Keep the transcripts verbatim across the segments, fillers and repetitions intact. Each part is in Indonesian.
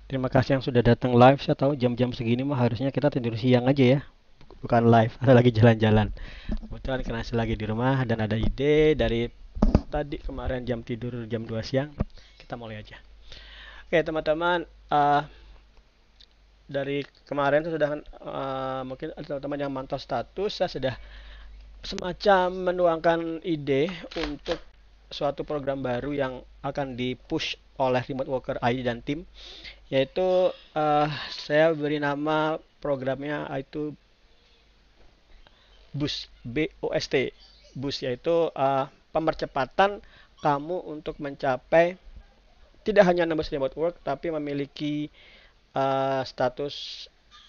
Terima kasih yang sudah datang live. Saya tahu jam-jam segini mah harusnya kita tidur siang aja ya, bukan live. Ada lagi jalan-jalan. Kebetulan karena saya lagi di rumah dan ada ide dari tadi kemarin jam tidur jam dua siang, kita mulai aja. Oke teman-teman, uh, dari kemarin saya sudah uh, mungkin ada teman-teman yang mantau status, saya sudah semacam menuangkan ide untuk suatu program baru yang akan dipush oleh Remote Worker I D dan tim, yaitu uh, saya beri nama programnya itu Boost, B O S T. Boost yaitu uh, pemercepatan kamu untuk mencapai tidak hanya nembus remote work tapi memiliki uh, status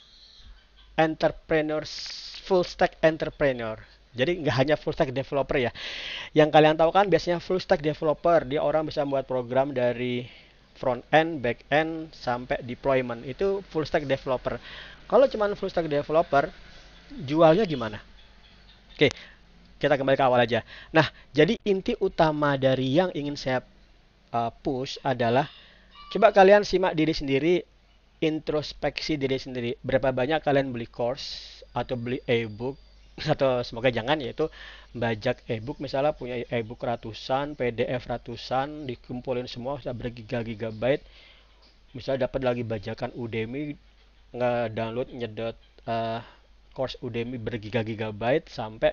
entrepreneurs, full stack entrepreneur. Jadi nggak hanya full stack developer ya. Yang kalian tahu kan biasanya full stack developer, dia orang bisa membuat program dari front end, back end, sampai deployment. Itu full stack developer. Kalau cuma full stack developer, jualnya gimana? Oke, kita kembali ke awal aja. Nah, jadi inti utama dari yang ingin saya uh, push adalah coba kalian simak diri sendiri, introspeksi diri sendiri. Berapa banyak kalian beli course atau beli e-book atau semoga jangan yaitu bajak e-book misalnya punya e-book ratusan, P D F ratusan, dikumpulin semua bisa bergiga-gigabyte. Misalnya dapat lagi bajakan Udemy, nge-download nyedot uh, course Udemy bergiga-gigabyte sampai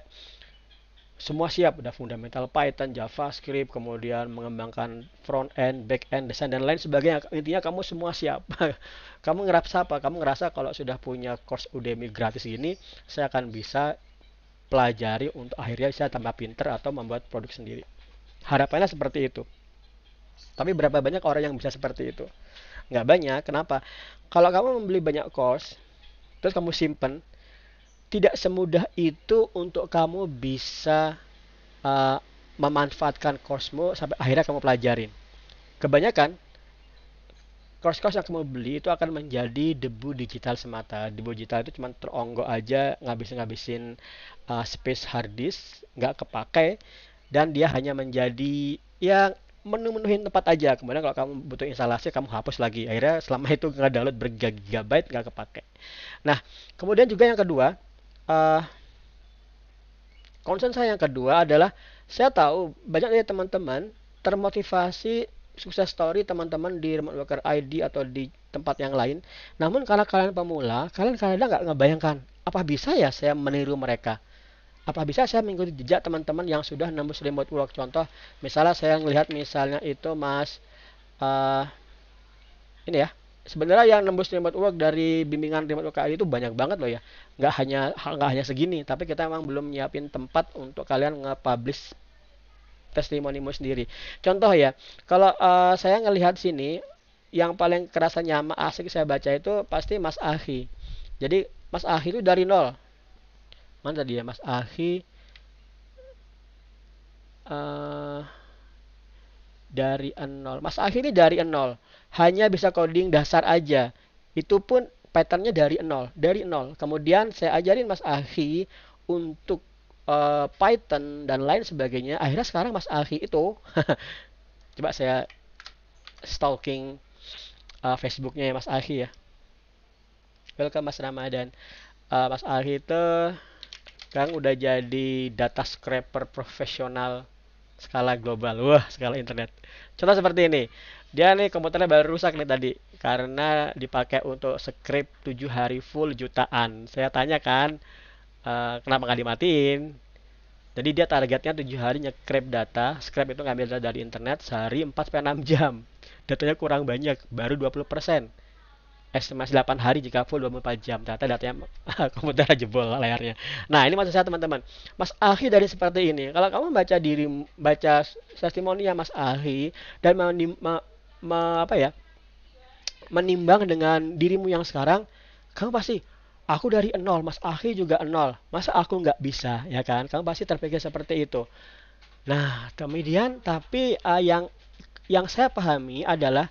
semua siap, udah fundamental Python, JavaScript, kemudian mengembangkan front end, back end, desain dan lain sebagainya. Intinya kamu semua siap. Kamu ngerasa apa? Kamu ngerasa kalau sudah punya course Udemy gratis ini, saya akan bisa pelajari untuk akhirnya bisa tambah pinter atau membuat produk sendiri. Harapannya seperti itu. Tapi berapa banyak orang yang bisa seperti itu? Nggak banyak. Kenapa? Kalau kamu membeli banyak course, terus kamu simpen, tidak semudah itu untuk kamu bisa uh, memanfaatkan course-mu sampai akhirnya kamu pelajarin. Kebanyakan course-course yang kamu beli itu akan menjadi debu digital semata. Debu digital itu cuma teronggok aja, ngabisin-ngabisin uh, space hard disk, nggak kepakai, dan dia hanya menjadi yang menu-menuhin tempat aja. Kemudian kalau kamu butuh instalasi, kamu hapus lagi. Akhirnya selama itu nggak download bergigabyte, nggak kepakai. Nah, kemudian juga yang kedua, uh, concern saya yang kedua adalah saya tahu banyak dari teman-teman termotivasi sukses story teman-teman di Remote Worker I D atau di tempat yang lain. Namun karena kalian pemula, kalian kadang nggak ngebayangkan apa bisa ya saya meniru mereka. Apa bisa saya mengikuti jejak teman-teman yang sudah nembus remote work? Contoh, misalnya saya melihat misalnya itu Mas uh, ini ya, sebenarnya yang nembus remote work dari bimbingan remote work kali itu banyak banget loh ya, nggak hanya nggak hanya segini, tapi kita memang belum nyiapin tempat untuk kalian nge-publish testimonimu sendiri. Contoh ya, kalau uh, saya ngelihat sini yang paling kerasa nyaman asik saya baca itu pasti Mas Ahi. Jadi Mas Ahi itu dari nol. Mana tadi ya Mas Ahi, uh, dari nol. Mas Ahi ini dari nol. Hanya bisa coding dasar aja. Itu pun patternnya dari nol. Dari nol. Kemudian saya ajarin Mas Ahi untuk uh, Python dan lain sebagainya. Akhirnya sekarang Mas Ahi itu coba saya stalking uh, Facebooknya ya Mas Ahi ya. Welcome Mas Ramadan. Uh, Mas Ahi itu sekarang udah jadi data scraper profesional skala global. Wah, skala internet. Contoh seperti ini. Dia nih komputernya baru rusak nih tadi karena dipakai untuk script tujuh hari full jutaan. Saya tanya kan, uh, kenapa nggak dimatiin? Jadi dia targetnya tujuh hari nge-scrape data. Scrape itu ngambil data dari internet sehari empat sampai enam jam. Datanya kurang banyak, baru dua puluh persen. Estimasi delapan hari jika full dua puluh empat jam. Ternyata datanya komputer jebol layarnya. Nah, ini maksud saya teman-teman. Mas Ahi dari seperti ini. Kalau kamu baca diri baca testimoni ya Mas Ahi dan menim, me, me, apa ya? Menimbang dengan dirimu yang sekarang, kamu pasti aku dari nol, Mas Ahi juga nol. Masa aku nggak bisa, ya kan? Kamu pasti terpikir seperti itu. Nah, kemudian tapi uh, yang yang saya pahami adalah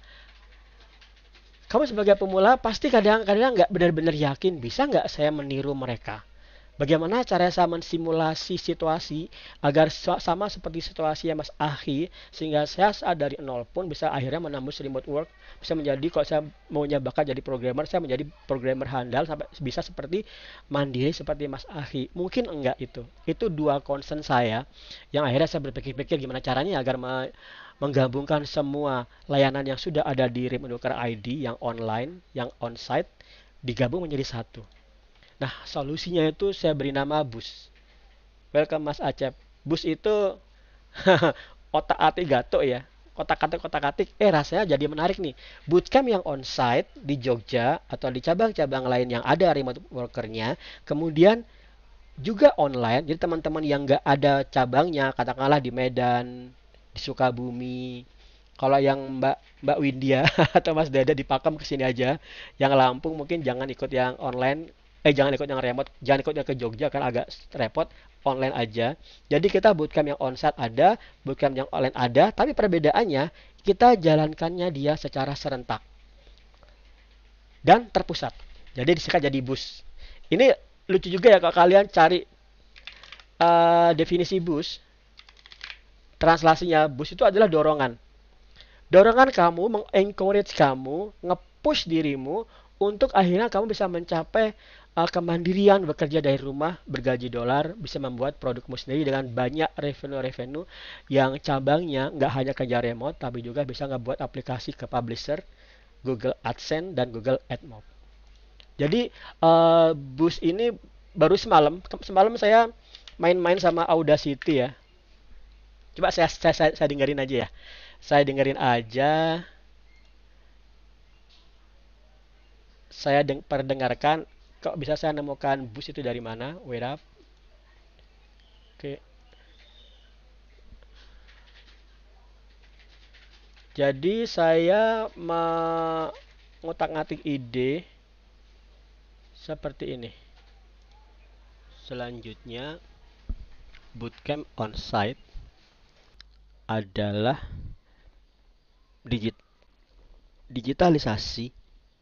kamu sebagai pemula pasti kadang-kadang nggak benar-benar yakin bisa nggak saya meniru mereka. Bagaimana cara saya mensimulasi situasi agar sama seperti situasi ya Mas Ahi, sehingga saya saat dari nol pun bisa akhirnya menembus remote work, bisa menjadi kalau saya maunya bakat jadi programmer, saya menjadi programmer handal sampai bisa seperti mandiri seperti Mas Ahi. Mungkin enggak itu. Itu dua concern saya yang akhirnya saya berpikir-pikir gimana caranya agar menggabungkan semua layanan yang sudah ada di Remote Worker I D yang online, yang on-site, digabung menjadi satu. Nah, solusinya itu saya beri nama Bus. Welcome Mas Acep. Bus itu otak-atik gato ya. Kotak-katik kotak-katik, eh rasanya jadi menarik nih. Bootcamp yang on-site di Jogja atau di cabang-cabang lain yang ada remote workernya, kemudian juga online. Jadi teman-teman yang nggak ada cabangnya, katakanlah di Medan, di Sukabumi. Kalau yang Mbak Mbak Windia atau Mas Dada di Pakem kesini aja. Yang Lampung mungkin jangan ikut yang online. Eh jangan ikut yang remote, jangan ikut yang ke Jogja kan agak repot. Online aja. Jadi kita bootcamp yang onsite ada, bootcamp yang online ada, tapi perbedaannya kita jalankannya dia secara serentak dan terpusat. Jadi disingkat jadi bus. Ini lucu juga ya kalau kalian cari uh, definisi bus. Translasinya bus itu adalah dorongan. Dorongan kamu mengencourage kamu, nge-push dirimu untuk akhirnya kamu bisa mencapai uh, kemandirian bekerja dari rumah, bergaji dolar, bisa membuat produkmu sendiri dengan banyak revenue-revenue yang cabangnya nggak hanya kerja remote, tapi juga bisa ngebuat aplikasi ke publisher, Google AdSense, dan Google AdMob. Jadi uh, bus ini baru semalam, semalam saya main-main sama Audacity ya. Coba saya, saya, saya, saya dengerin aja ya. Saya dengerin aja. Saya deng perdengarkan. Kok bisa saya nemukan bus itu dari mana? Wait up. Oke. Jadi saya mengotak-ngatik ide seperti ini. Selanjutnya, bootcamp on-site adalah digit digitalisasi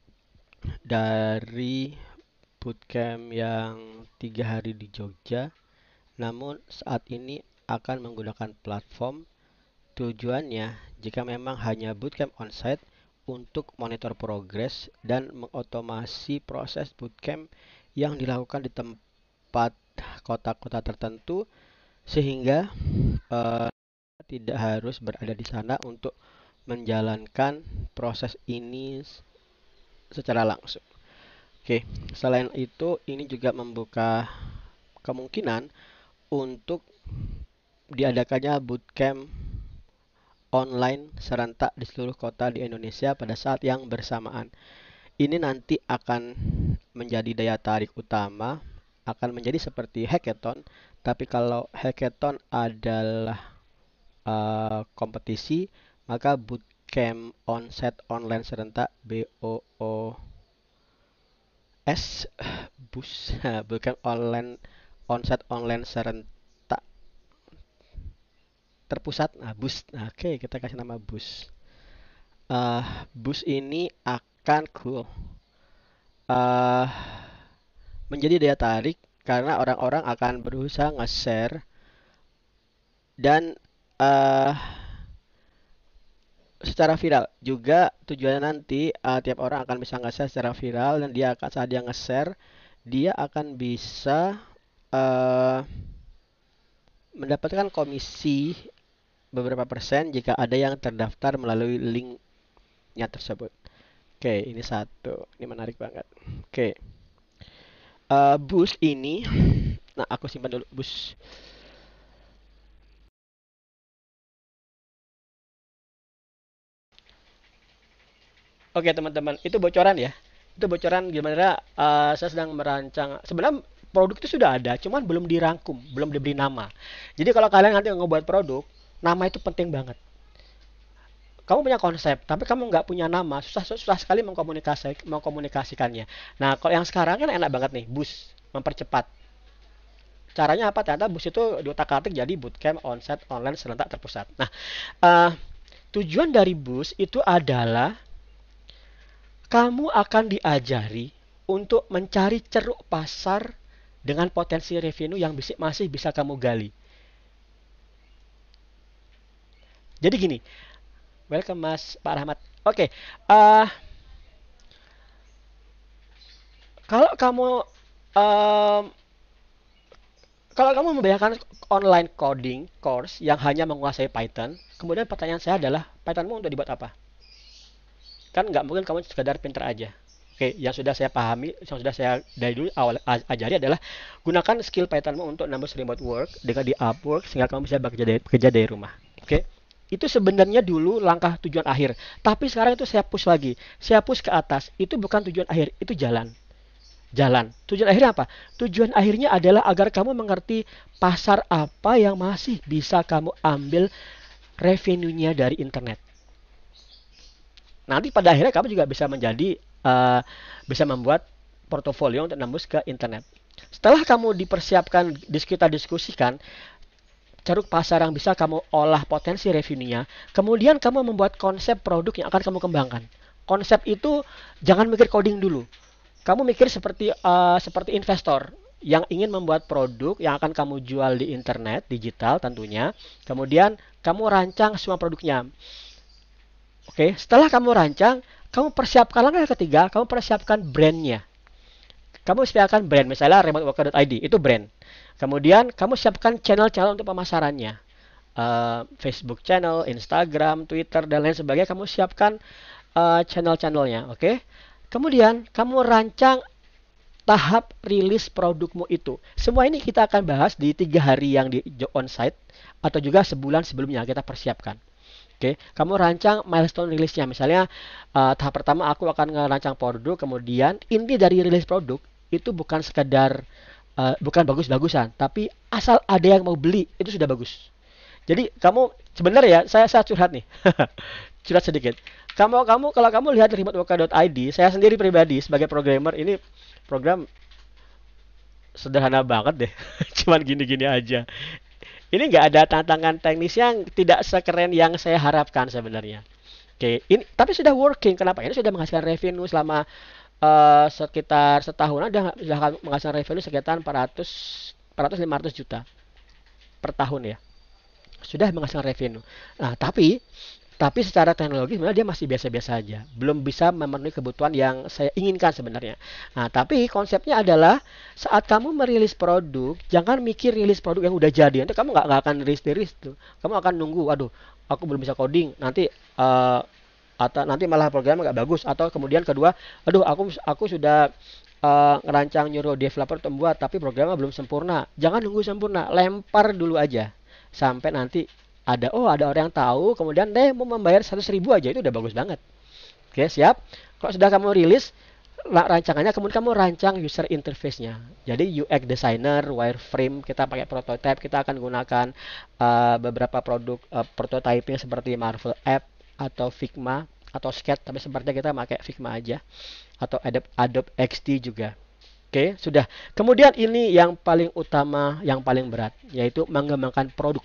dari bootcamp yang tiga hari di Jogja, namun saat ini akan menggunakan platform. Tujuannya, jika memang hanya bootcamp onsite, untuk monitor progres dan mengotomasi proses bootcamp yang dilakukan di tempat kota-kota tertentu, sehingga uh, tidak harus berada di sana untuk menjalankan proses ini secara langsung. Oke, selain itu ini juga membuka kemungkinan untuk diadakannya bootcamp online serentak di seluruh kota di Indonesia pada saat yang bersamaan. Ini nanti akan menjadi daya tarik utama, akan menjadi seperti hackathon, tapi kalau hackathon adalah uh, kompetisi, maka bootcamp onsite online serentak B O O S bus bootcamp online onsite online serentak terpusat, nah bus, nah, oke okay, kita kasih nama bus. Uh, bus ini akan cool, uh, menjadi daya tarik karena orang-orang akan berusaha nge-share dan uh, secara viral juga. Tujuannya nanti uh, tiap orang akan bisa nge-share secara viral, dan dia akan saat dia nge-share dia akan bisa uh, mendapatkan komisi beberapa persen jika ada yang terdaftar melalui linknya tersebut. Oke, ini satu, ini menarik banget. Oke, uh, bus ini, nah aku simpan dulu bus. Oke teman-teman, itu bocoran ya. Itu bocoran gimana uh, saya sedang merancang. Sebenarnya produk itu sudah ada, cuman belum dirangkum, belum diberi nama. Jadi kalau kalian nanti ngebuat produk, nama itu penting banget. Kamu punya konsep, tapi kamu nggak punya nama, susah susah sekali mengkomunikasi, mengkomunikasikannya. Nah, kalau yang sekarang kan enak banget nih, bus, mempercepat. Caranya apa? Ternyata bus itu diotak-atik jadi bootcamp onsite online serentak terpusat. Nah, uh, tujuan dari bus itu adalah kamu akan diajari untuk mencari ceruk pasar dengan potensi revenue yang bisa, masih bisa kamu gali. Jadi gini, welcome Mas Pak Rahmat. Oke, uh, kalau kamu um, kalau kamu membayangkan online coding course yang hanya menguasai Python, kemudian pertanyaan saya adalah, Pythonmu untuk dibuat apa? Kan nggak mungkin kamu sekedar pinter aja. Oke, yang sudah saya pahami, yang sudah saya dari dulu awal ajari adalah gunakan skill Pythonmu untuk nambah remote work dengan di Upwork sehingga kamu bisa bekerja dari, bekerja dari rumah. Oke, itu sebenarnya dulu langkah tujuan akhir. Tapi sekarang itu saya push lagi, saya push ke atas. Itu bukan tujuan akhir, itu jalan. Jalan. Tujuan akhirnya apa? Tujuan akhirnya adalah agar kamu mengerti pasar apa yang masih bisa kamu ambil revenue-nya dari internet. Nanti pada akhirnya kamu juga bisa menjadi uh, bisa membuat portofolio untuk nembus ke internet. Setelah kamu dipersiapkan, kita diskusikan ceruk pasar yang bisa kamu olah potensi revenue-nya, kemudian kamu membuat konsep produk yang akan kamu kembangkan. Konsep itu jangan mikir coding dulu. Kamu mikir seperti uh, seperti investor yang ingin membuat produk yang akan kamu jual di internet, digital tentunya. Kemudian kamu rancang semua produknya. Oke, setelah kamu rancang, kamu persiapkan langkah ketiga, kamu persiapkan brandnya. Kamu siapkan brand, misalnya remote worker dot i d, itu brand. Kemudian kamu siapkan channel-channel untuk pemasarannya. Uh, Facebook channel, Instagram, Twitter, dan lain sebagainya, kamu siapkan uh, channel-channelnya, oke? Kemudian kamu rancang tahap rilis produkmu itu. Semua ini kita akan bahas di tiga hari yang di on-site, atau juga sebulan sebelumnya kita persiapkan. Oke, kamu rancang milestone rilisnya. Misalnya uh, tahap pertama aku akan ngerancang produk, kemudian inti dari rilis produk itu bukan sekedar uh, bukan bagus-bagusan, tapi asal ada yang mau beli itu sudah bagus. Jadi kamu sebenarnya ya, saya saya curhat nih. Curhat sedikit. Kamu kamu kalau kamu lihat remote worker dot i d, saya sendiri pribadi sebagai programmer ini program sederhana banget deh. Cuman gini-gini aja. Ini nggak ada tantangan teknis yang tidak sekeren yang saya harapkan sebenarnya. Oke, ini tapi sudah working. Kenapa? Ini sudah menghasilkan revenue selama uh, sekitar setahun ada sudah menghasilkan revenue sekitar empat ratus lima ratus juta per tahun ya. Sudah menghasilkan revenue. Nah, tapi tapi secara teknologi sebenarnya dia masih biasa-biasa aja. Belum bisa memenuhi kebutuhan yang saya inginkan sebenarnya. Nah, tapi konsepnya adalah saat kamu merilis produk, jangan mikir rilis produk yang udah jadi. Nanti kamu nggak akan rilis-rilis tuh. Kamu akan nunggu, waduh, aku belum bisa coding. Nanti uh, atau nanti malah programnya nggak bagus. Atau kemudian kedua, aduh, aku aku sudah uh, ngerancang nyuruh developer untuk membuat, tapi programnya belum sempurna. Jangan nunggu sempurna, lempar dulu aja. Sampai nanti ada oh ada orang yang tahu, kemudian deh mau membayar seratus ribu aja, itu udah bagus banget. Oke, siap. Kalau sudah kamu rilis rancangannya, kemudian kamu rancang user interface-nya. Jadi U X designer, wireframe, kita pakai prototype, kita akan gunakan uh, beberapa produk uh, prototyping seperti Marvel App atau Figma atau Sketch, tapi sepertinya kita pakai Figma aja, atau Adobe, Adobe X D juga. Oke, sudah. Kemudian ini yang paling utama, yang paling berat, yaitu mengembangkan produk.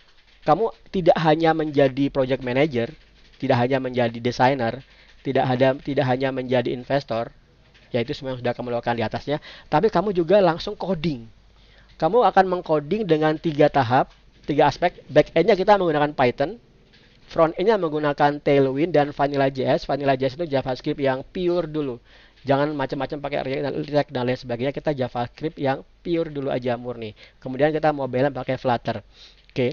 Kamu tidak hanya menjadi project manager, tidak hanya menjadi desainer, tidak ada tidak hanya menjadi investor, yaitu semua yang sudah kamu lakukan di atasnya, tapi kamu juga langsung coding. Kamu akan mengcoding dengan tiga tahap, tiga aspek. Back-end-nya kita menggunakan Python, front-end-nya menggunakan Tailwind dan Vanilla.js. Vanilla.js itu JavaScript yang pure dulu. Jangan macam-macam pakai React dan lain sebagainya. Kita JavaScript yang pure dulu aja, murni. Kemudian kita mobile pakai Flutter. Oke.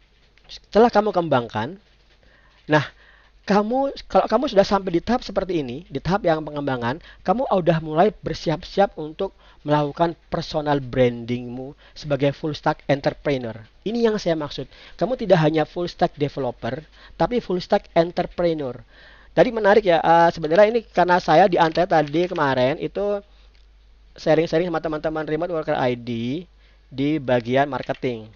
Setelah kamu kembangkan, nah, kamu kalau kamu sudah sampai di tahap seperti ini, di tahap yang pengembangan, kamu sudah mulai bersiap-siap untuk melakukan personal brandingmu sebagai full stack entrepreneur. Ini yang saya maksud. Kamu tidak hanya full stack developer, tapi full stack entrepreneur. Jadi menarik ya, uh, sebenarnya ini karena saya di Ante tadi kemarin itu sharing-sharing sama teman-teman remote worker I D di bagian marketing.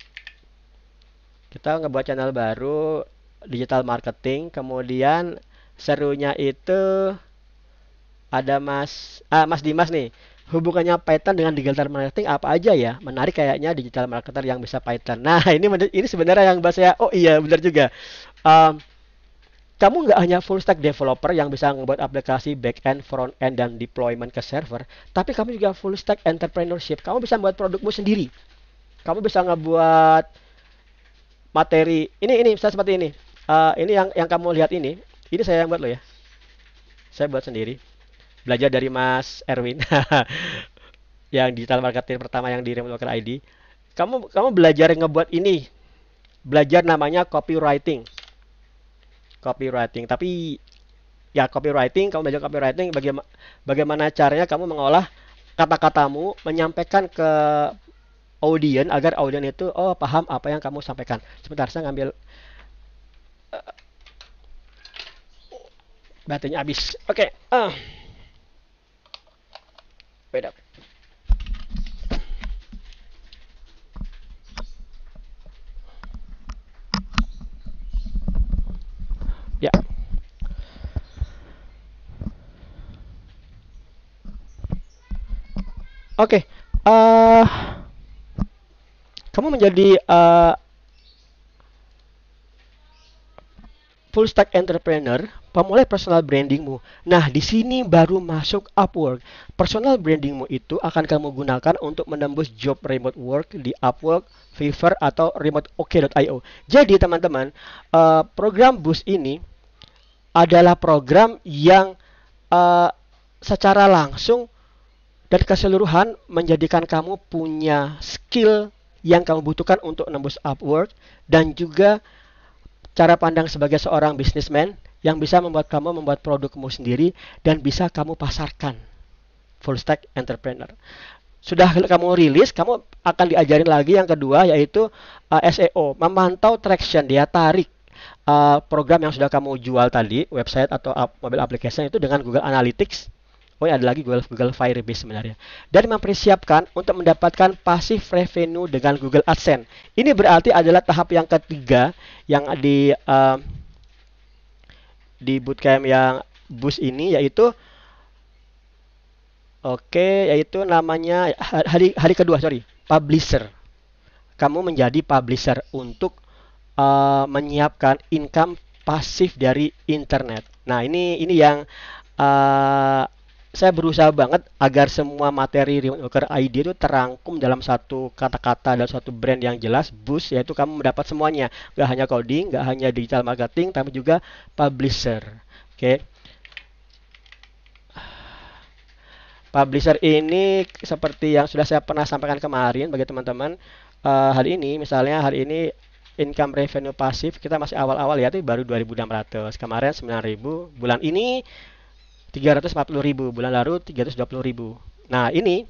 Kita ngebuat channel baru, digital marketing, kemudian serunya itu ada Mas ah, Mas Dimas nih. Hubungannya Python dengan digital marketing apa aja ya? Menarik kayaknya digital marketer yang bisa Python. Nah, ini ini sebenarnya yang bahasa saya, oh iya benar juga. Um, kamu nggak hanya full stack developer yang bisa membuat aplikasi back end, front end, dan deployment ke server, tapi kamu juga full stack entrepreneurship. Kamu bisa membuat produkmu sendiri. Kamu bisa ngebuat materi. Ini ini misalnya seperti ini. Uh, ini yang yang kamu lihat ini. Ini saya yang buat loh ya. Saya buat sendiri. Belajar dari Mas Erwin. Yang digital marketing pertama yang di Remote Worker I D. Kamu kamu belajar ngebuat ini. Belajar namanya copywriting. Copywriting. Tapi ya copywriting, kamu belajar copywriting bagaimana bagaimana caranya kamu mengolah kata-katamu, menyampaikan ke audien agar audien itu oh paham apa yang kamu sampaikan. Sebentar saya ngambil uh, baterainya habis. Oke. Okay. Uh. Beda. Ya. Oke. Okay. Uh, kamu menjadi uh, full stack entrepreneur, pemulai personal brandingmu. Nah, di sini baru masuk Upwork. Personal brandingmu itu akan kamu gunakan untuk menembus job remote work di Upwork, Fiverr, atau remote o k dot i o. Jadi, teman-teman, uh, program Boost ini adalah program yang uh, secara langsung dan keseluruhan menjadikan kamu punya skill yang kamu butuhkan untuk menembus Upwork, dan juga cara pandang sebagai seorang businessman yang bisa membuat kamu membuat produkmu sendiri dan bisa kamu pasarkan. Full stack entrepreneur. Sudah kamu rilis, kamu akan diajarin lagi yang kedua, yaitu uh, S E O, memantau traction, dia tarik uh, program yang sudah kamu jual tadi, website atau uh, mobile application itu dengan Google Analytics. Oh, ada lagi Google Google Firebase sebenarnya. Dan mempersiapkan untuk mendapatkan passive revenue dengan Google AdSense. Ini berarti adalah tahap yang ketiga yang di uh, di bootcamp yang Boost ini, yaitu oke, okay, yaitu namanya hari hari kedua, sorry, publisher. Kamu menjadi publisher untuk uh, menyiapkan income pasif dari internet. Nah, ini ini yang uh, saya berusaha banget agar semua materi Remote Worker I D itu terangkum dalam satu kata-kata dan satu brand yang jelas, Boost, yaitu kamu mendapat semuanya. Gak hanya coding, gak hanya digital marketing, tapi juga publisher. Oke. Okay. Publisher ini seperti yang sudah saya pernah sampaikan kemarin bagi teman-teman. Uh, hari ini, misalnya hari ini income revenue pasif, kita masih awal-awal ya, itu baru dua ribu enam ratus. Kemarin sembilan ribu, bulan ini tiga ratus empat puluh ribu, bulan lalu tiga ratus dua puluh ribu. Nah, ini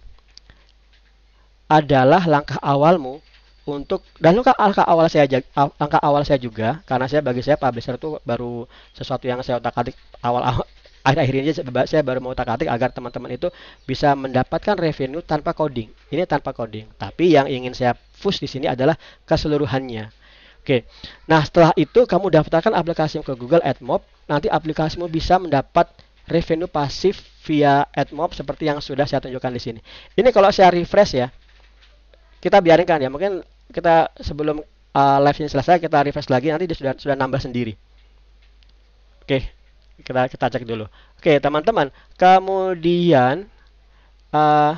adalah langkah awalmu untuk, dan langkah, langkah awal saya langkah awal saya juga, karena saya bagi saya publisher itu baru sesuatu yang saya otak-atik awal-awal, akhir-akhir ini saya baru mau otak-atik agar teman-teman itu bisa mendapatkan revenue tanpa coding. Ini tanpa coding. Tapi yang ingin saya push di sini adalah keseluruhannya. Oke. Nah, setelah itu kamu daftarkan aplikasi ke Google AdMob, nanti aplikasimu bisa mendapat revenue pasif via AdMob seperti yang sudah saya tunjukkan di sini. Ini kalau saya refresh ya, kita biarkan ya. Mungkin kita sebelum uh, live ini selesai kita refresh lagi, nanti dia sudah sudah nambah sendiri. Oke, kita kita cek dulu. Oke, teman-teman. Kemudian uh,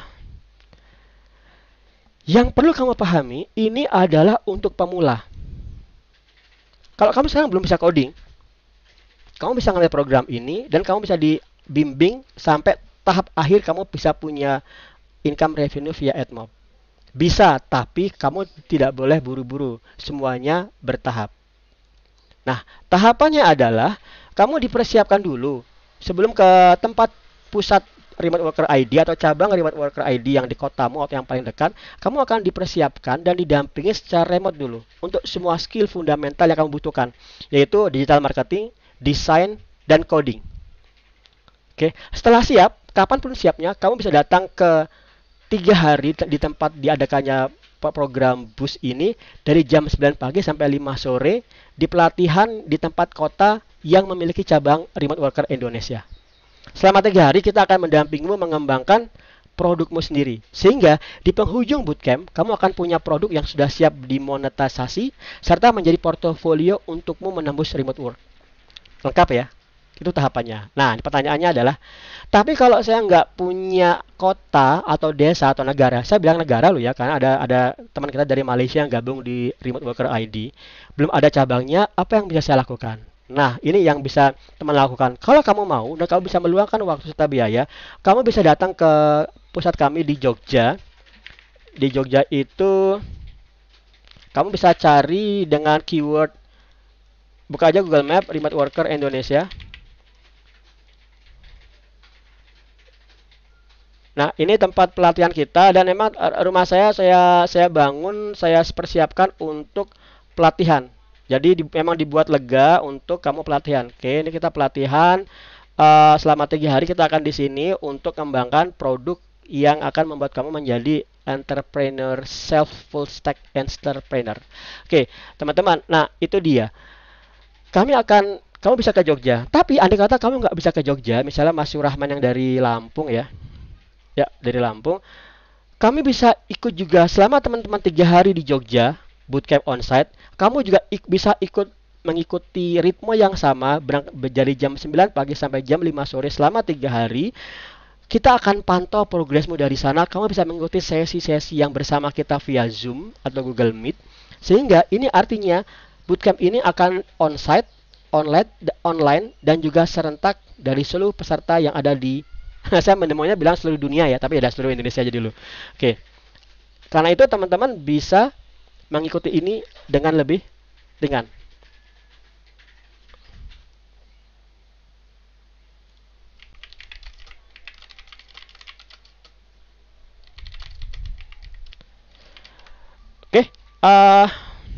yang perlu kamu pahami ini adalah untuk pemula. Kalau kamu sekarang belum bisa coding, kamu bisa ngeliat program ini dan kamu bisa dibimbing sampai tahap akhir kamu bisa punya income revenue via AdMob. Bisa, tapi kamu tidak boleh buru-buru. Semuanya bertahap. Nah, tahapannya adalah kamu dipersiapkan dulu sebelum ke tempat pusat Remote Worker I D atau cabang Remote Worker I D yang di kotamu atau yang paling dekat. Kamu akan dipersiapkan dan didampingi secara remote dulu untuk semua skill fundamental yang kamu butuhkan, yaitu digital marketing, desain, dan coding. Oke, setelah siap, kapanpun siapnya, kamu bisa datang ke tiga hari di tempat diadakannya program Boost ini dari jam sembilan pagi sampai lima sore di pelatihan di tempat kota yang memiliki cabang Remote Worker Indonesia. Selama tiga hari kita akan mendampingimu mengembangkan produkmu sendiri. Sehingga di penghujung bootcamp, kamu akan punya produk yang sudah siap dimonetisasi serta menjadi portofolio untukmu menembus remote work. Lengkap ya? Itu tahapannya. Nah, pertanyaannya adalah, tapi kalau saya nggak punya kota atau desa atau negara, saya bilang negara loh ya, karena ada ada teman kita dari Malaysia yang gabung di Remote Worker I D, belum ada cabangnya, apa yang bisa saya lakukan? Nah, ini yang bisa teman lakukan. Kalau kamu mau dan kamu bisa meluangkan waktu serta biaya, kamu bisa datang ke pusat kami di Jogja. Di Jogja itu kamu bisa cari dengan keyword, buka aja Google Map Remote Worker Indonesia. Nah, ini tempat pelatihan kita dan memang eh, rumah saya saya saya bangun, saya persiapkan untuk pelatihan. Jadi di- memang dibuat lega untuk kamu pelatihan. Oke, ini kita pelatihan eh, selama tiga hari kita akan di sini untuk mengembangkan produk yang akan membuat kamu menjadi entrepreneur, self full stack entrepreneur. Oke, teman-teman. Nah, itu dia. Kami akan kamu bisa ke Jogja. Tapi andai kata kamu nggak bisa ke Jogja, misalnya Mas Surahman yang dari Lampung ya, ya dari Lampung, kami bisa ikut juga selama teman-teman tiga hari di Jogja, bootcamp onsite. Kamu juga ik- bisa ikut mengikuti ritme yang sama berang- dari jam sembilan pagi sampai jam lima sore selama tiga hari. Kita akan pantau progresmu dari sana. Kamu bisa mengikuti sesi-sesi yang bersama kita via Zoom atau Google Meet. Sehingga ini artinya bootcamp ini akan onsite, online, online dan juga serentak dari seluruh peserta yang ada di saya menemunya bilang seluruh dunia ya, tapi ada seluruh Indonesia aja dulu. Oke. Karena itu teman-teman bisa mengikuti ini dengan lebih ringan. Oke. Uh,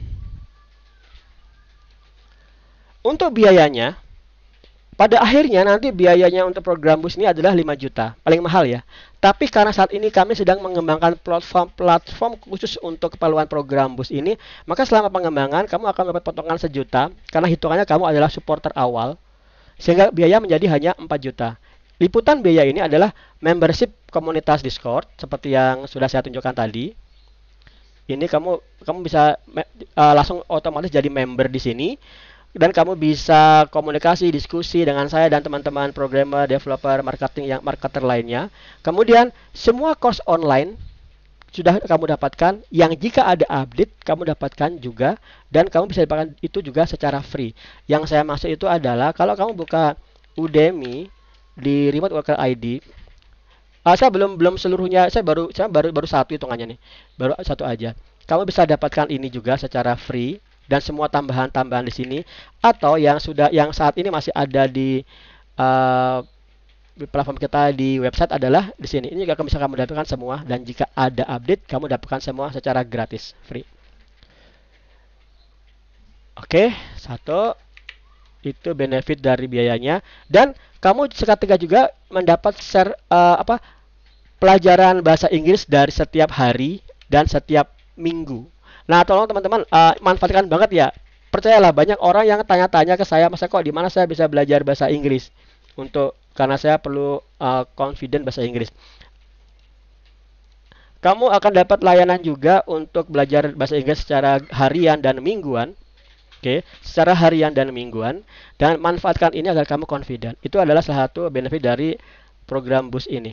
untuk biayanya, pada akhirnya nanti biayanya untuk program bus ini adalah lima juta, paling mahal ya. Tapi karena saat ini kami sedang mengembangkan platform-platform khusus untuk keperluan program bus ini, maka selama pengembangan kamu akan dapat potongan sejuta karena hitungannya kamu adalah supporter awal, sehingga biaya menjadi hanya empat juta. Liputan biaya ini adalah membership komunitas Discord seperti yang sudah saya tunjukkan tadi. Ini kamu kamu bisa uh, langsung otomatis jadi member di sini dan kamu bisa komunikasi, diskusi dengan saya dan teman-teman programmer, developer, marketing yang marketer lainnya. Kemudian semua course online sudah kamu dapatkan yang jika ada update kamu dapatkan juga dan kamu bisa dapatkan itu juga secara free. Yang saya maksud itu adalah kalau kamu buka Udemy di Remote Worker I D, ah, saya belum belum seluruhnya, saya baru saya baru baru satu hitungannya nih, baru satu aja. Kamu bisa dapatkan ini juga secara free dan semua tambahan-tambahan di sini atau yang sudah yang saat ini masih ada di uh, platform kita di website adalah di sini. Ini juga bisa kamu dapatkan semua dan jika ada update kamu dapatkan semua secara gratis, free. Oke, satu itu benefit dari biayanya dan kamu seketika juga mendapat share uh, apa pelajaran bahasa Inggris dari setiap hari dan setiap minggu. Nah, tolong teman-teman uh, manfaatkan banget ya. Percayalah banyak orang yang tanya-tanya ke saya, "Masa kok di mana saya bisa belajar bahasa Inggris?" Untuk karena saya perlu uh, confident bahasa Inggris. Kamu akan dapat layanan juga untuk belajar bahasa Inggris secara harian dan mingguan. Oke, okay, secara harian dan mingguan dan manfaatkan ini agar kamu confident. Itu adalah salah satu benefit dari program Boost ini.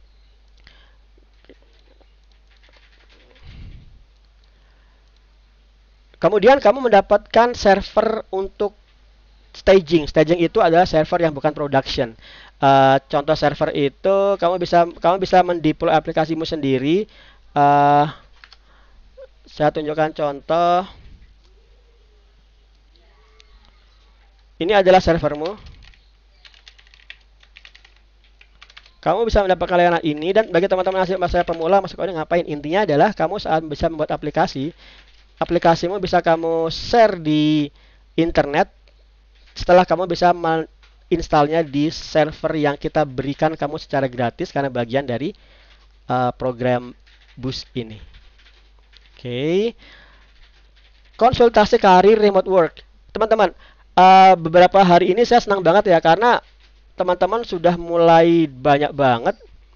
Kemudian kamu mendapatkan server untuk staging. Staging itu adalah server yang bukan production. Uh, contoh server itu kamu bisa kamu bisa mendeploy aplikasimu sendiri. Uh, saya tunjukkan contoh. Ini adalah servermu. Kamu bisa mendapatkan layanan ini dan bagi teman-teman yang masih pemula masuk kode ngapain? Intinya adalah kamu saat bisa membuat aplikasi, aplikasimu bisa kamu share di internet setelah kamu bisa menginstalnya di server yang kita berikan kamu secara gratis karena bagian dari uh, program Boost ini. Oke. Okay. Konsultasi karir remote work. Teman-teman, uh, beberapa hari ini saya senang banget ya karena teman-teman sudah mulai banyak banget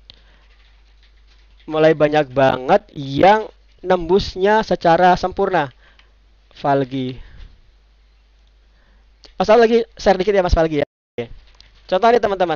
mulai banyak banget yang nembusnya secara sempurna. Valgi. Mas lagi share dikit ya Mas Falgi ya. Oke. Contoh nih teman-teman.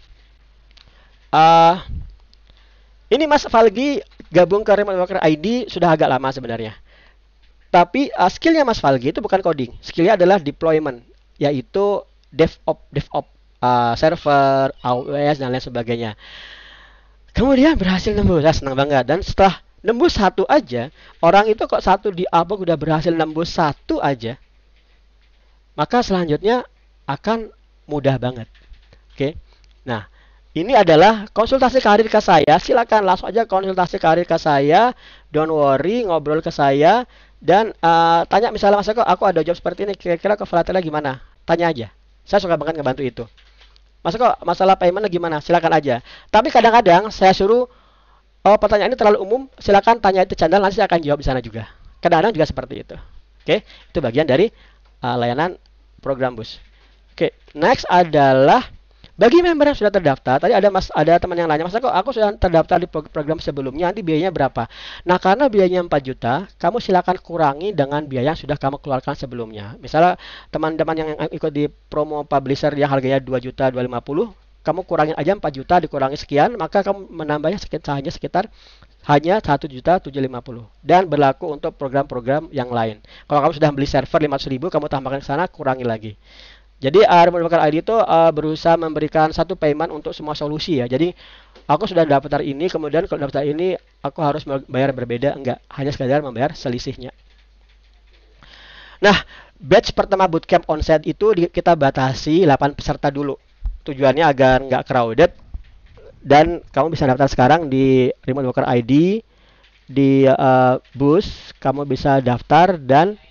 Uh, ini Mas Falgi gabung ke Remote Worker I D sudah agak lama sebenarnya. Tapi uh, skillnya Mas Falgi itu bukan coding, skillnya adalah deployment, yaitu DevOps, DevOps, uh, server, A W S dan lain sebagainya. Kemudian berhasil nembus, saya senang banget. Dan setelah nembus satu aja, orang itu kok satu di abang udah berhasil nembus satu aja, maka selanjutnya akan mudah banget. Oke, nah ini adalah konsultasi karir ke saya. Silakan langsung aja konsultasi karir ke saya. Don't worry, ngobrol ke saya dan uh, tanya misalnya Mas Eko, aku ada job seperti ini, kira-kira kevalatelnya gimana? Tanya aja. Saya suka banget ngebantu itu. Mas Eko, masalah payment gimana? Silakan aja. Tapi kadang-kadang saya suruh, oh pertanyaan ini terlalu umum, silakan tanya itu channel, nanti saya akan jawab di sana juga. Kadang-kadang juga seperti itu. Oke, itu bagian dari uh, layanan program bus. Oke, next adalah bagi member yang sudah terdaftar. Tadi ada mas, ada teman yang nanya, Mas kok aku sudah terdaftar di program sebelumnya, nanti biayanya berapa? Nah, karena biayanya empat juta, kamu silakan kurangi dengan biaya yang sudah kamu keluarkan sebelumnya. Misalnya teman-teman yang ikut di promo publisher yang harganya dua juta dua ratus lima puluh, kamu kurangin aja empat juta dikurangi sekian, maka kamu menambahnya sekitar hanya sekitar hanya satu juta tujuh ratus lima puluh dan berlaku untuk program-program yang lain. Kalau kamu sudah beli server lima ratus ribu, kamu tambahkan ke sana, kurangi lagi. Jadi uh, Remote Worker I D itu uh, berusaha memberikan satu payment untuk semua solusi ya. Jadi aku sudah daftar ini, kemudian kalau daftar ini aku harus bayar berbeda, enggak, hanya sekadar membayar selisihnya. Nah, batch pertama bootcamp onsite itu di, kita batasi delapan peserta dulu. Tujuannya agar enggak crowded dan kamu bisa daftar sekarang di Remote Worker I D di uh, bus, kamu bisa daftar dan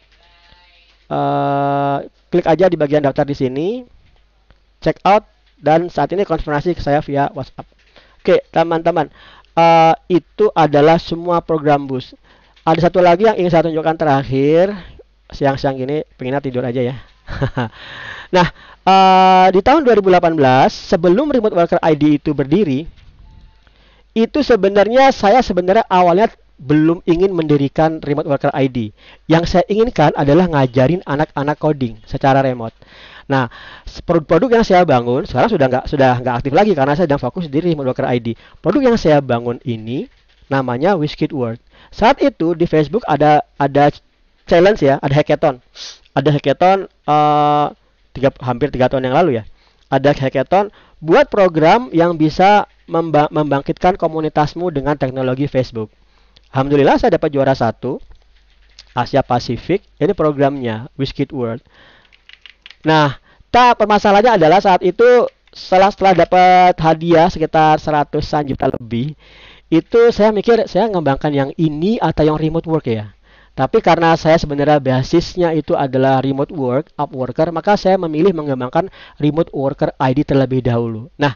uh, klik aja di bagian daftar di sini, check out, dan saat ini konfirmasi ke saya via WhatsApp. Oke, teman-teman, uh, itu adalah semua program bus. Ada satu lagi yang ingin saya tunjukkan terakhir. Siang-siang gini, pengennya tidur aja ya. Nah, uh, di tahun dua ribu delapan belas, sebelum Remote Worker I D itu berdiri, itu sebenarnya saya sebenarnya awalnya belum ingin mendirikan Remote Worker I D. Yang saya inginkan adalah ngajarin anak-anak coding secara remote. Nah, produk-produk yang saya bangun sekarang sudah nggak sudah nggak aktif lagi karena saya sedang fokus di Remote Worker I D. Produk yang saya bangun ini namanya WizKid World. Saat itu di Facebook ada ada challenge ya, ada hackathon. Ada hackathon uh, tiga, hampir tiga tahun yang lalu ya. Ada hackathon buat program yang bisa memba membangkitkan komunitasmu dengan teknologi Facebook. Alhamdulillah saya dapat juara satu Asia Pasifik. Ini programnya WizKid World. Nah, tak permasalahannya adalah saat itu setelah setelah dapat hadiah sekitar seratusan juta lebih, itu saya mikir saya ngembangkan yang ini atau yang remote work ya. Tapi karena saya sebenarnya basisnya itu adalah remote work, Upworker, maka saya memilih mengembangkan Remote Worker I D terlebih dahulu. Nah,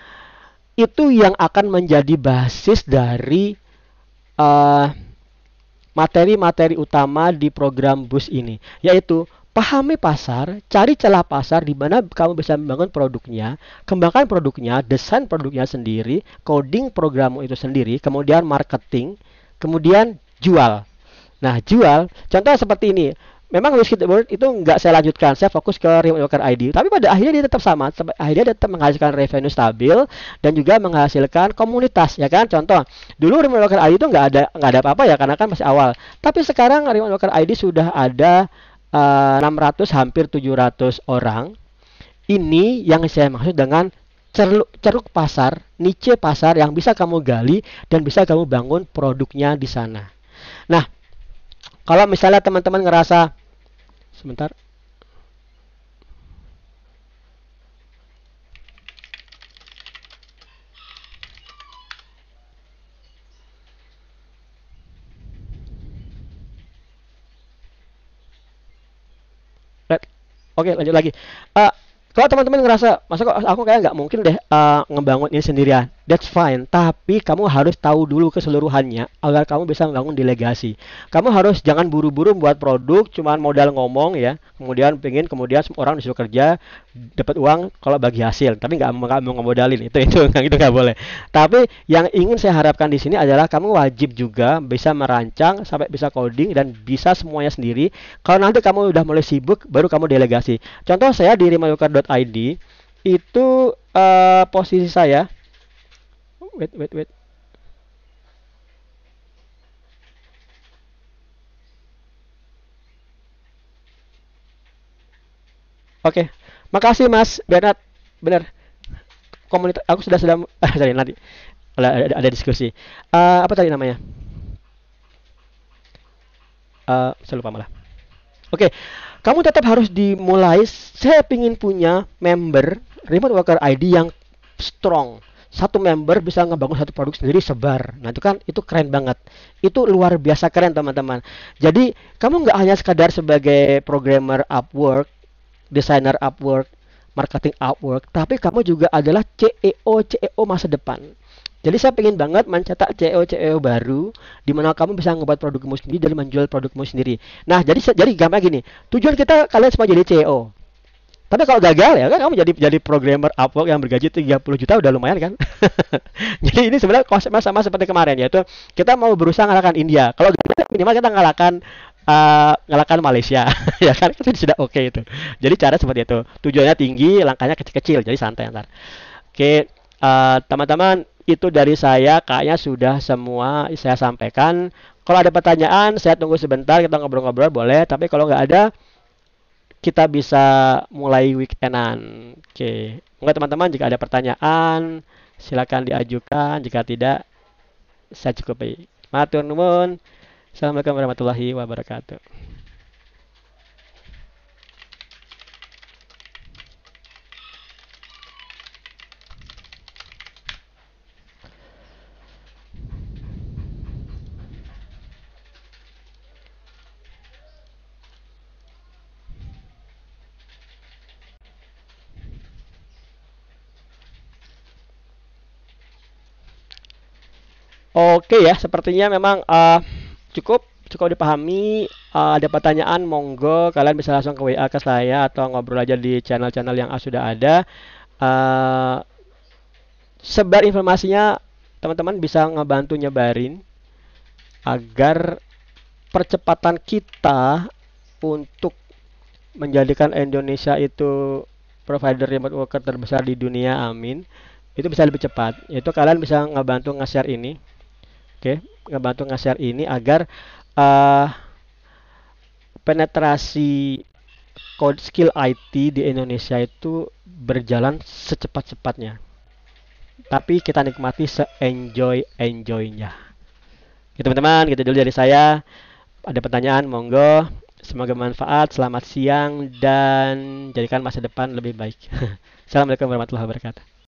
itu yang akan menjadi basis dari materi-materi uh, utama di program bus ini, yaitu pahami pasar, cari celah pasar di mana kamu bisa membangun produknya, kembangkan produknya, desain produknya sendiri, coding programmu itu sendiri, kemudian marketing, kemudian jual. Nah, jual, contoh seperti ini. Memang WizKid World itu nggak saya lanjutkan, saya fokus ke Remote Worker I D. Tapi pada akhirnya dia tetap sama, akhirnya dia tetap menghasilkan revenue stabil dan juga menghasilkan komunitas, ya kan? Contoh, dulu Remote Worker I D itu nggak ada nggak ada apa-apa ya, karena kan masih awal. Tapi sekarang Remote Worker I D sudah ada uh, enam ratus hampir tujuh ratus orang. Ini yang saya maksud dengan ceruk, ceruk pasar, niche pasar yang bisa kamu gali dan bisa kamu bangun produknya di sana. Nah, kalau misalnya teman-teman ngerasa sebentar. Oke, lanjut lagi. Uh, Kalau teman-teman ngerasa, masa kok aku kayak nggak mungkin deh uh, ngebangun ini sendirian, that's fine. Tapi kamu harus tahu dulu keseluruhannya agar kamu bisa membangun delegasi. Kamu harus jangan buru-buru buat produk, cuman modal ngomong ya. Kemudian pengen, kemudian semua orang disuruh kerja, dapat uang kalau bagi hasil. Tapi nggak mau nggak mau ngemodalin itu itu itu nggak boleh. Tapi yang ingin saya harapkan di sini adalah kamu wajib juga bisa merancang sampai bisa coding dan bisa semuanya sendiri. Kalau nanti kamu udah mulai sibuk, baru kamu delegasi. Contoh saya di remoteworker dot I D itu eh, posisi saya. Wait, wait, wait. Oke, makasih Mas Bernard. Bener, komunitas aku sudah sudah sorry nanti ada, ada, ada diskusi. Eh, apa tadi namanya? Eh, saya lupa malah. Oke, kamu tetap harus dimulai. Saya ingin punya member remote worker I D yang strong. Satu member bisa ngebangun satu produk sendiri sebar. Nah itu kan itu keren banget. Itu luar biasa keren teman-teman. Jadi kamu nggak hanya sekadar sebagai programmer Upwork, desainer Upwork, marketing Upwork, tapi kamu juga adalah C E O C E O masa depan. Jadi saya pengen banget mencetak C E O C E O baru di mana kamu bisa ngebuat produkmu sendiri dan menjual produkmu sendiri. Nah, jadi jadi gampang gini. Tujuan kita kalian semua jadi C E O. Tapi kalau gagal ya kan kamu jadi jadi programmer Upwork yang bergaji tiga puluh juta udah lumayan kan. Jadi ini sebenarnya konsepnya sama seperti kemarin yaitu kita mau berusaha ngalahkan India. Kalau gagal minimal kita ngalahkan uh, ngalahkan Malaysia ya kan itu sudah oke okay itu. Jadi cara seperti itu. Tujuannya tinggi, langkahnya kecil-kecil. Jadi santai ntar. Oke, uh, teman-teman itu dari saya kayaknya sudah semua saya sampaikan. Kalau ada pertanyaan saya tunggu sebentar kita ngobrol-ngobrol boleh. Tapi kalau nggak ada kita bisa mulai weekendan. Oke, enggak teman-teman jika ada pertanyaan silakan diajukan. Jika tidak saya cukupi. Matur nuwun. Assalamualaikum warahmatullahi wabarakatuh. Oke ya, sepertinya memang uh, cukup cukup dipahami. Uh, ada pertanyaan, monggo kalian bisa langsung ke W A ke saya atau ngobrol aja di channel-channel yang sudah ada. Uh, sebar informasinya, teman-teman bisa ngebantu nyebarin agar percepatan kita untuk menjadikan Indonesia itu provider remote worker terbesar di dunia, amin. Itu bisa lebih cepat. Itu kalian bisa ngebantu nge-share ini. Oke, ngebantu nge-share ini agar uh, penetrasi code skill I T di Indonesia itu berjalan secepat-cepatnya. Tapi kita nikmati se-enjoy-enjoynya. Oke, teman-teman, gitu dulu dari saya. Ada pertanyaan, monggo. Semoga bermanfaat. Selamat siang dan jadikan masa depan lebih baik. Assalamualaikum warahmatullahi wabarakatuh.